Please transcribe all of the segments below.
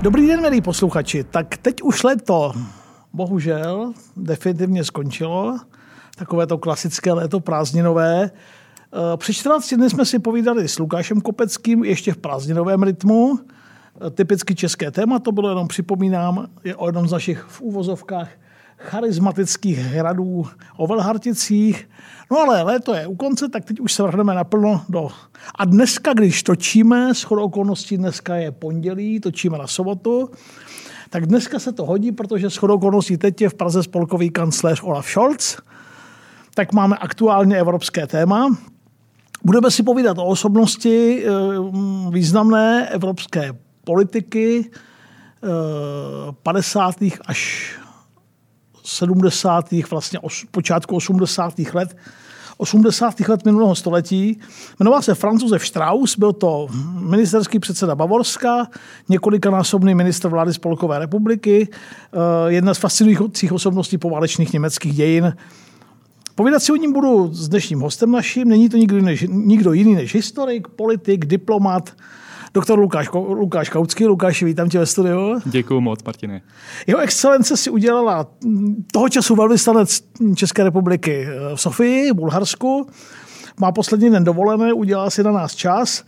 Dobrý den, milí posluchači. Tak teď už léto, bohužel, definitivně skončilo. Takové to klasické léto prázdninové. Před 14 dny jsme si povídali s Lukášem Kopeckým ještě v prázdninovém rytmu. Typicky české téma, to bylo, jenom připomínám, je o jednom z našich v úvozovkách charismatických hradů o Velharticích. No ale léto je u konce, tak teď už se vrhneme naplno do... A dneska, když točíme, shodou okolností dneska je pondělí, točíme na sobotu, tak dneska se to hodí, protože shodou okolností teď je v Praze spolkový kancléř Olaf Scholz, tak máme aktuálně evropské téma. Budeme si povídat o osobnosti významné evropské politiky 50. až 70. vlastně počátku 80. let minulého století. Jmenoval se Franz Josef Strauss, byl to ministerský předseda Bavorska, několikanásobný ministr vlády Spolkové republiky, jedna z fascinujících osobností poválečných německých dějin. Povídat si o ním budu s dnešním hostem naším, není to nikdo jiný než historik, politik, diplomat, doktor Lukáš Kautský. Lukáši, vítám tě ve studiu. Děkuju moc, Martine. Jeho excelence si udělala toho času velvyslanec České republiky v Sofii, v Bulharsku. Má poslední den dovolené, udělala si na nás čas.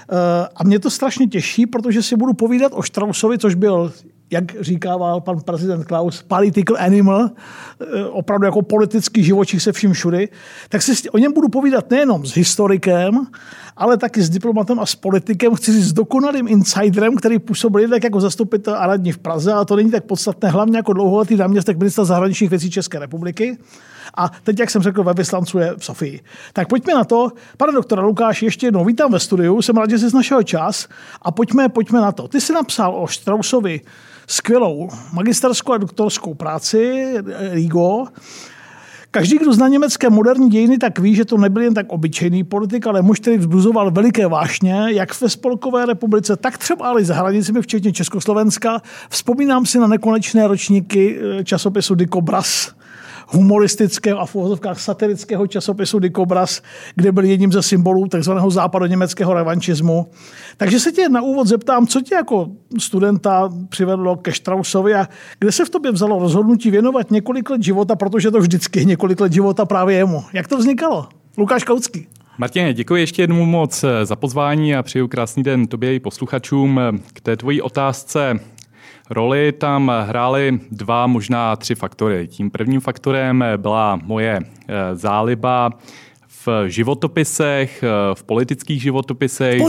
A mě to strašně těší, protože si budu povídat o Straussovi, což byl, jak říkával pan prezident Klaus, political animal, opravdu jako politický živočich se vším všudy. Tak si o něm budu povídat nejenom s historikem, ale taky s diplomatem a s politikem, chci říct s dokonalým insiderem, který působil jednak jako zastupitel a radní v Praze, a to není tak podstatné, hlavně jako dlouholetý náměstek ministra zahraničních věcí České republiky. A teď, jak jsem řekl, velvyslanců je v Sofii. Tak pojďme na to. Pane doktore Lukáši, ještě jednou vítám ve studiu, jsem rád, že jsi našel čas a pojďme na to. Ty jsi napsal o Straussovi skvělou magisterskou a doktorskou práci, Rigo. Každý, kdo zná německé moderní dějiny, tak ví, že to nebyl jen tak obyčejný politik, ale muž, který vzbuzoval veliké vášně, jak ve Spolkové republice, tak třeba ale za hranicemi, včetně Československa. Vzpomínám si na nekonečné ročníky časopisu Dikobraz, humoristického a v uvozovkách satirického časopisu Dikobraz, kde byl jedním ze symbolů takzvaného západoněmeckého revanšismu. Takže se tě na úvod zeptám, co tě jako studenta přivedlo ke Straussovi a kde se v tobě vzalo rozhodnutí věnovat několik let života, protože to vždycky je několik let života právě jemu. Jak to vznikalo? Lukáš Kautský. Martine, děkuji ještě jednou moc za pozvání a přeju krásný den tobě i posluchačům. K té tvojí otázce roli tam hrály 2, možná 3 faktory. Tím prvním faktorem byla moje záliba v životopisech, v politických životopisech.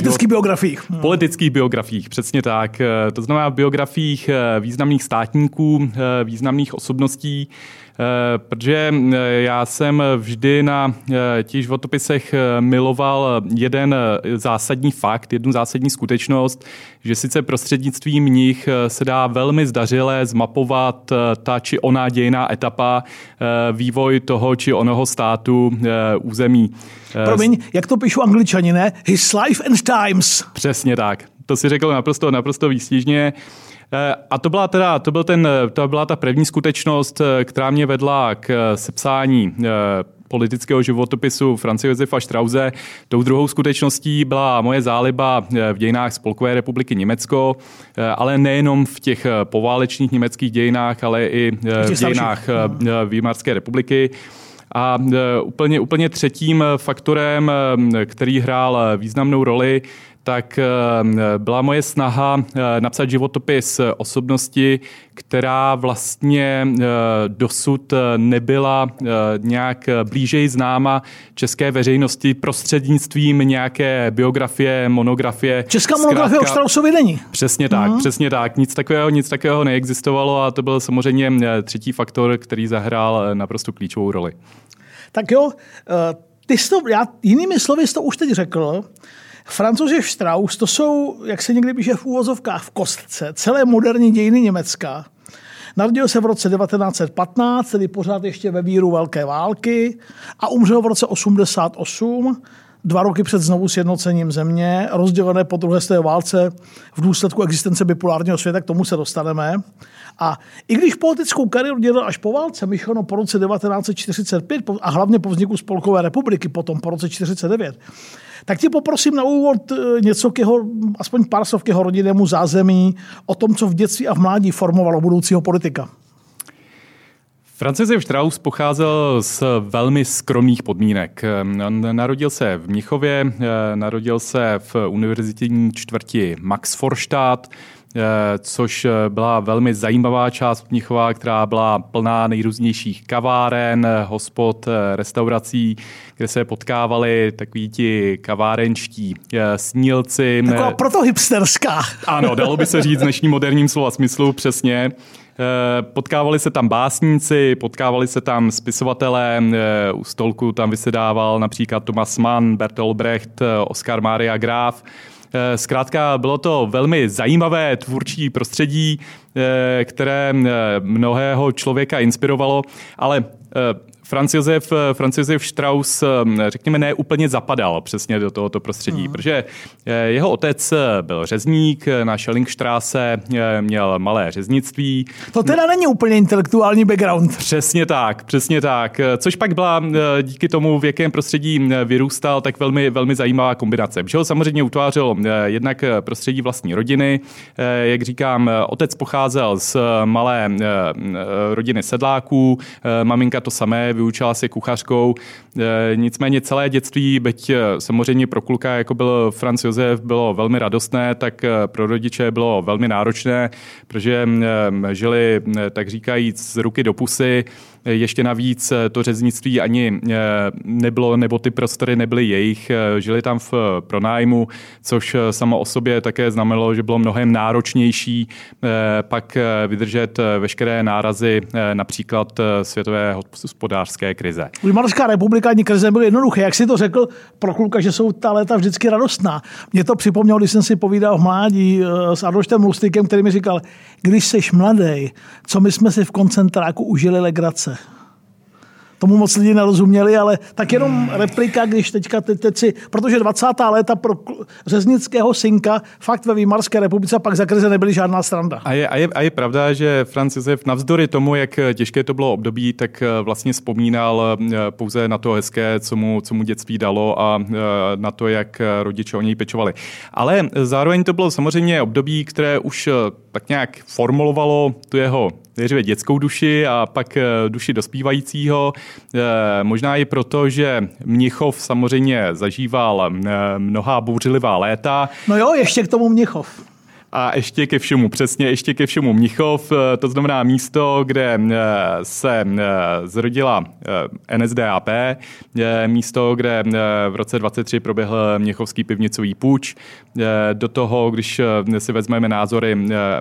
V politických biografiích, přesně tak. To znamená v biografiích významných státníků, významných osobností, protože já jsem vždy na těch životopisech miloval jeden zásadní fakt, jednu zásadní skutečnost, že sice prostřednictvím nich se dá velmi zdařile zmapovat ta či oná dějinná etapa, vývoj toho či onoho státu, území. Promiň, jak to píšu Angličani, ne? His life and times. Přesně tak. To si řekl naprosto výstižně. A to byla ta první skutečnost, která mě vedla k sepsání politického životopisu Franze Josefa Strausse. Tou druhou skutečností byla moje záliba v dějinách Spolkové republiky Německo, ale nejenom v těch poválečných německých dějinách, ale i v dějinách Výmarské republiky. A úplně třetím faktorem, který hrál významnou roli, tak byla moje snaha napsat životopis osobnosti, která vlastně dosud nebyla nějak blížej známa české veřejnosti prostřednictvím nějaké biografie, monografie. Česká monografie o Straussovi není. Přesně tak, přesně tak. Nic takového neexistovalo a to byl samozřejmě třetí faktor, který zahrál naprosto klíčovou roli. Tak jo, jinými slovy jsi to už teď řekl, Franz Josef Strauss, to jsou, jak se někdy píše v úvozovkách, v kostce, celé moderní dějiny Německa. Narodil se v roce 1915, tedy pořád ještě ve víru Velké války, a umřel v roce 1988. 2 roky před znovu sjednocením země, rozdělené po druhé světové válce v důsledku existence bipolárního světa, k tomu se dostaneme. A i když politickou kariéru dělal až po válce, myšleno po roce 1945 a hlavně po vzniku Spolkové republiky, potom po roce 1949, tak ti poprosím na úvod něco k jeho, aspoň pár slov k jeho rodinnému zázemí, o tom, co v dětství a v mládí formovalo budoucího politika. Franz Josef Strauss pocházel z velmi skromných podmínek. Narodil se v Mnichově, narodil se v univerzitní čtvrti Maxvorstadt, což byla velmi zajímavá část Mnichova, která byla plná nejrůznějších kaváren, hospod, restaurací, kde se potkávali takoví ti kavárenští snílci. Taková proto hipsterská. Ano, dalo by se říct v dnešním moderním slova smyslu, přesně. Potkávali se tam básníci, potkávali se tam spisovatelé, u stolku tam vysedával například Thomas Mann, Bertolt Brecht, Oskar Maria Graf. Zkrátka bylo to velmi zajímavé tvůrčí prostředí, které mnohého člověka inspirovalo, ale Franz Josef Strauss, řekněme, ne úplně zapadal přesně do tohoto prostředí, protože jeho otec byl řezník, na Schellingstraße měl malé řeznictví. To teda není úplně intelektuální background. Přesně tak. Což pak byla díky tomu, v jakém prostředí vyrůstal, tak velmi, velmi zajímavá kombinace. Protože ho samozřejmě utvářelo jednak prostředí vlastní rodiny. Jak říkám, otec pocházel z malé rodiny sedláků, maminka to samé, vyučila se kuchařkou. Nicméně celé dětství, byť samozřejmě pro kluka, jako byl Franz Josef, bylo velmi radostné, tak pro rodiče bylo velmi náročné, protože žili, tak říkajíc, z ruky do pusy. Ještě navíc to řeznictví ani nebylo, nebo ty prostory nebyly jejich, žili tam v pronájmu, což samo o sobě také znamenalo, že bylo mnohem náročnější pak vydržet veškeré nárazy, například světové hospodářské krize. Weimarská republika ani krize byly jednoduché. Jak si to řekl pro kluka, že jsou ta léta vždycky radostná. Mě to připomnělo, když jsem si povídal v mládí s Adolfem Lustikem, který mi říkal, když seš mladý, co my jsme si v koncentráku užili legrace. Tomu moc lidi nerozuměli, ale tak jenom replika, když teďka protože 20. léta pro řeznického synka fakt ve Weimarské republice a pak za krize nebyly žádná sranda. A je pravda, že Franz Josef navzdory tomu, jak těžké to bylo období, tak vlastně vzpomínal pouze na to hezké, co mu dětství dalo a na to, jak rodiče o něj pečovali. Ale zároveň to bylo samozřejmě období, které už tak nějak formulovalo tu jeho nejdříve dětskou duši a pak duši dospívajícího. Možná i proto, že Mnichov samozřejmě zažíval mnohá bouřlivá léta. No jo, ještě k tomu Mnichov. A ještě ke všemu Mnichov, to znamená místo, kde se zrodila NSDAP, místo, kde v roce 23 proběhl mnichovský pivnicový puč. Do toho, když si vezmeme názory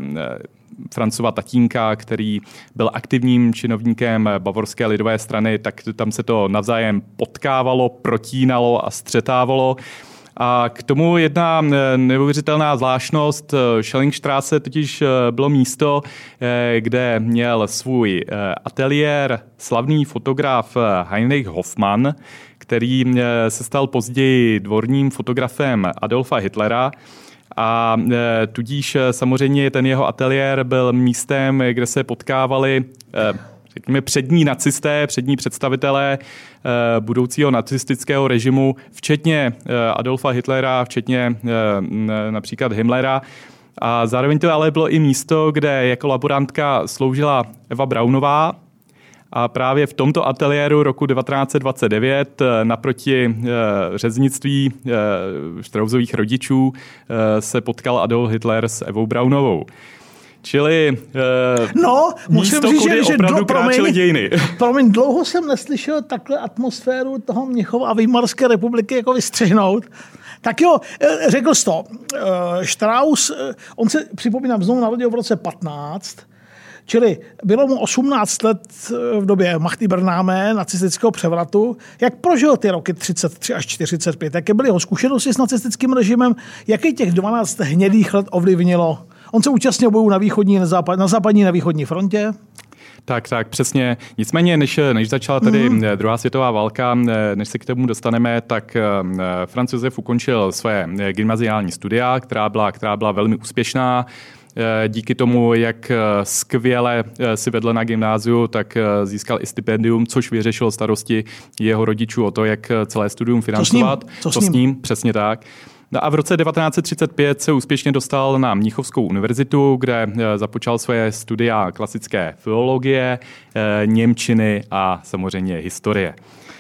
Francova tatínka, který byl aktivním činovníkem Bavorské lidové strany, tak tam se to navzájem potkávalo, protínalo a střetávalo. A k tomu jedna neuvěřitelná zvláštnost. Schellingstraße totiž bylo místo, kde měl svůj ateliér slavný fotograf Heinrich Hoffmann, který se stal později dvorním fotografem Adolfa Hitlera. A tudíž samozřejmě ten jeho ateliér byl místem, kde se potkávali řekněme přední nacisté, přední představitelé budoucího nacistického režimu, včetně Adolfa Hitlera, včetně například Himmlera. A zároveň to ale bylo i místo, kde jako laborantka sloužila Eva Braunová. A právě v tomto ateliéru roku 1929 naproti řeznictví Straussových rodičů se potkal Adolf Hitler s Evou Braunovou. Čili musím říct, že opravdu kráčely dějiny. Promiň, dlouho jsem neslyšel takhle atmosféru toho Mnichova a Weimarské republiky jako vystřihnout. Tak jo, řekl jsi to. Strauss, on se, připomínám, znovu narodil v roce 15, čili bylo mu 18 let v době Machtübernahme, nacistického převratu. Jak prožil ty roky 33 až 45? Jaké byly jeho zkušenosti s nacistickým režimem? Jaký těch 12 hnědých let ovlivnilo? On se účastnil bojů na západní na východní frontě. Tak, přesně. Nicméně, než začala tady druhá světová válka, než se k tomu dostaneme, tak Franz Josef ukončil své gymnaziální studia, která byla velmi úspěšná. Díky tomu, jak skvěle si vedl na gymnáziu, tak získal i stipendium, což vyřešilo starosti jeho rodičů o to, jak celé studium financovat. Co s ním? Přesně tak. No a v roce 1935 se úspěšně dostal na Mnichovskou univerzitu, kde započal svoje studia klasické filologie, němčiny a samozřejmě historie.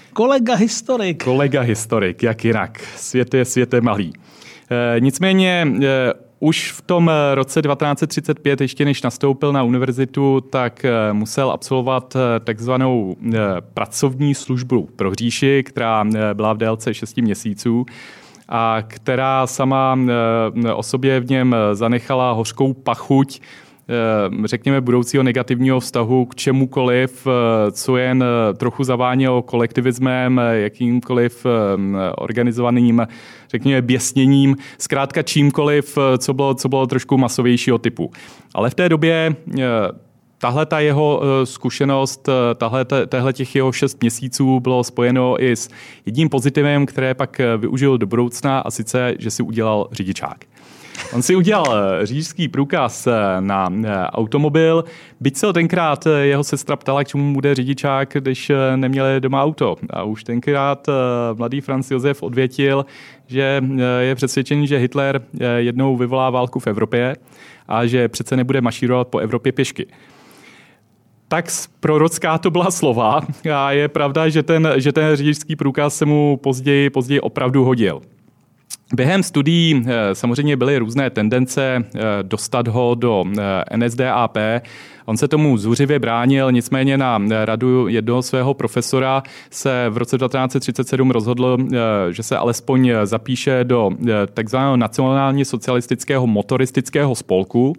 Kolega historik, jak jinak. Svět je malý. Nicméně už v tom roce 1935, ještě než nastoupil na univerzitu, tak musel absolvovat takzvanou pracovní službu pro říši, která byla v délce 6 měsíců a která sama o sobě v něm zanechala hořkou pachuť, řekněme, budoucího negativního vztahu k čemukoliv, co jen trochu zavánělo kolektivismem, jakýmkoliv organizovaným, řekněme, běsněním, zkrátka čímkoliv, co bylo trošku masovějšího typu. Ale v té době tahle ta jeho zkušenost, tahle těch jeho 6 měsíců bylo spojeno i s jedním pozitivem, které pak využil do budoucna, a sice, že si udělal řidičák. On si udělal řidičský průkaz na automobil, byť se ho tenkrát jeho sestra ptala, k čemu bude řidičák, když neměli doma auto. A už tenkrát mladý Franz Josef odvětil, že je přesvědčený, že Hitler jednou vyvolá válku v Evropě a že přece nebude mašírovat po Evropě pěšky. Tak prorocká to byla slova a je pravda, že ten řidičský průkaz se mu později opravdu hodil. Během studií samozřejmě byly různé tendence dostat ho do NSDAP. On se tomu zuřivě bránil, nicméně na radu jednoho svého profesora se v roce 1937 rozhodl, že se alespoň zapíše do takzvaného nacionálně socialistického motoristického spolku,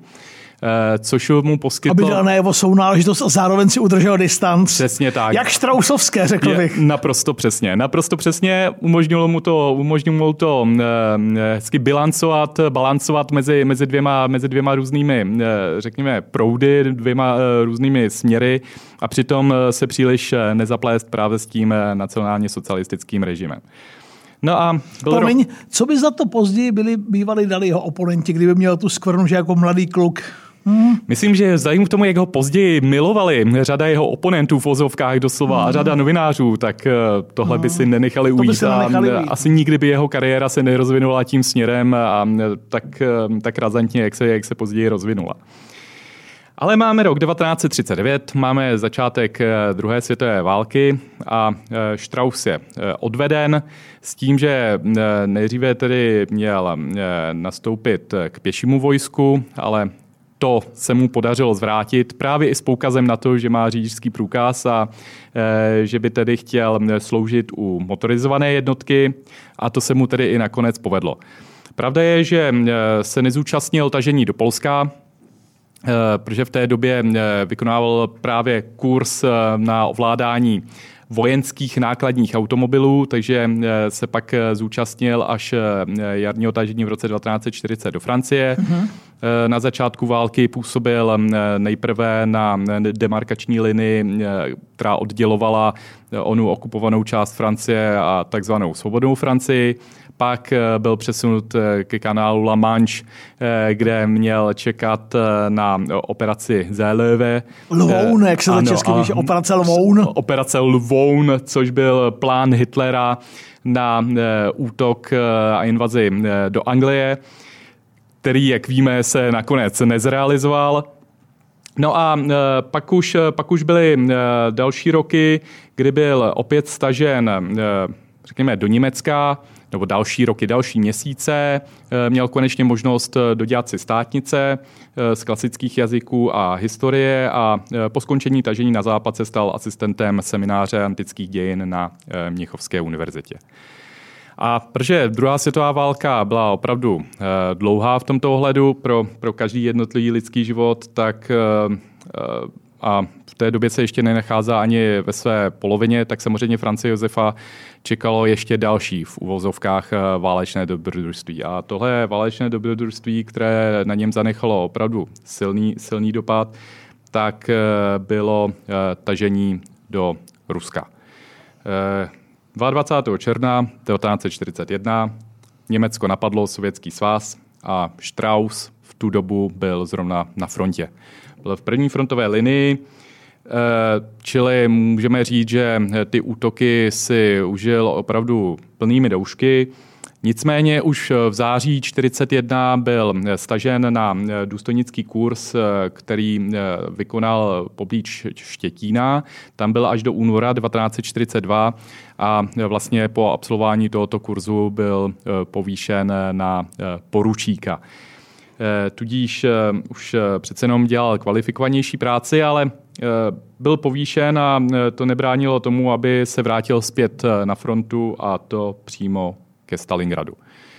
což mu poskytlo... Aby dal najevo svou náležitost a zároveň si udržel distanc. Přesně tak. Jak Straussovské, řekl bych. Naprosto přesně. Umožnilo mu to hezky balancovat mezi dvěma různými, řekněme, proudy, dvěma různými směry a přitom se příliš nezaplést právě s tím nacionálně socialistickým režimem. No a Promiň, co by za to později bývali dali jeho oponenti, kdyby měl tu skvrnu, že jako mladý kluk? Myslím, že vzhledem k tomu, jak ho později milovali řada jeho oponentů v vozovkách doslova a řada novinářů, tak tohle by si nenechali ujít. Asi nikdy by jeho kariéra se nerozvinula tím směrem a tak razantně, jak se později rozvinula. Ale máme rok 1939, máme začátek druhé světové války a Strauss je odveden s tím, že nejdříve tedy měl nastoupit k pěšímu vojsku, ale to se mu podařilo zvrátit právě i s poukazem na to, že má řidičský průkaz a že by tedy chtěl sloužit u motorizované jednotky a to se mu tedy i nakonec povedlo. Pravda je, že se nezúčastnil tažení do Polska, protože v té době vykonával právě kurz na ovládání vojenských nákladních automobilů, takže se pak zúčastnil až jarního tažení v roce 1940 do Francie. Na začátku války působil nejprve na demarkační linii, která oddělovala onu okupovanou část Francie a takzvanou svobodnou Francii. Pak byl přesunut ke kanálu La Manche, kde měl čekat na operaci Seelöwe. Lvoun, jak se to česky píše, operace Lvoun. Operace Lvoun, což byl plán Hitlera na útok a invazi do Anglie, který, jak víme, se nakonec nezrealizoval. No a pak už byly další roky, kdy byl opět stažen, řekněme, do Německa, nebo další roky, další měsíce. Měl konečně možnost dodělat si státnice z klasických jazyků a historie a po skončení tažení na západ se stal asistentem semináře antických dějin na Mnichovské univerzitě. A protože druhá světová válka byla opravdu dlouhá v tomto ohledu pro každý jednotlivý lidský život, tak a v té době se ještě nenachází ani ve své polovině, tak samozřejmě Franze Josefa čekalo ještě další v uvozovkách válečné dobrodružství. A tohle válečné dobrodružství, které na něm zanechalo opravdu silný dopad, tak bylo tažení do Ruska. 22. června 1941 Německo napadlo Sovětský svaz a Strauss v tu dobu byl zrovna na frontě. Byl v první frontové linii, čili můžeme říct, že ty útoky si užil opravdu plnými doušky. Nicméně už v září 1941 byl stažen na důstojnický kurz, který vykonal poblíž Štětína. Tam byl až do února 1942 a vlastně po absolvování tohoto kurzu byl povýšen na poručíka. Tudíž už přece jenom dělal kvalifikovanější práci, ale byl povýšen a to nebránilo tomu, aby se vrátil zpět na frontu a to přímo ke Stalingradu.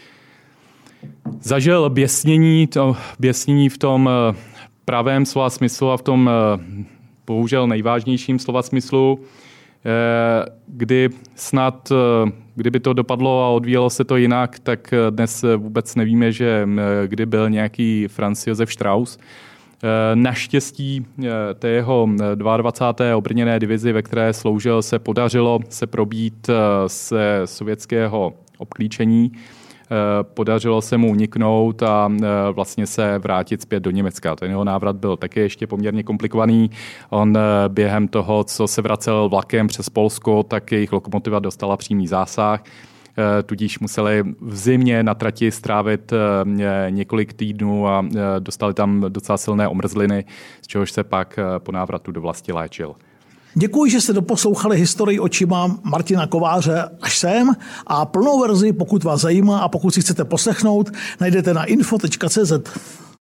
Zažil běsnění v tom pravém slova smyslu a v tom bohužel nejvážnějším slova smyslu, kdy snad, kdyby to dopadlo a odvíjelo se to jinak, tak dnes vůbec nevíme, že kdy byl nějaký Franz Josef Strauss. Naštěstí té jeho 22. obrněné divizi, ve které sloužil, se podařilo se probít ze sovětského obklíčení. Podařilo se mu uniknout a vlastně se vrátit zpět do Německa. Ten jeho návrat byl také ještě poměrně komplikovaný. On během toho, co se vracel vlakem přes Polsko, tak jejich lokomotiva dostala přímý zásah. Tudíž museli v zimě na trati strávit několik týdnů a dostali tam docela silné omrzliny, z čehož se pak po návratu do vlasti léčil. Děkuji, že jste doposlouchali historii očima Martina Kováře až sem a plnou verzi, pokud vás zajímá a pokud si chcete poslechnout, najdete na info.cz.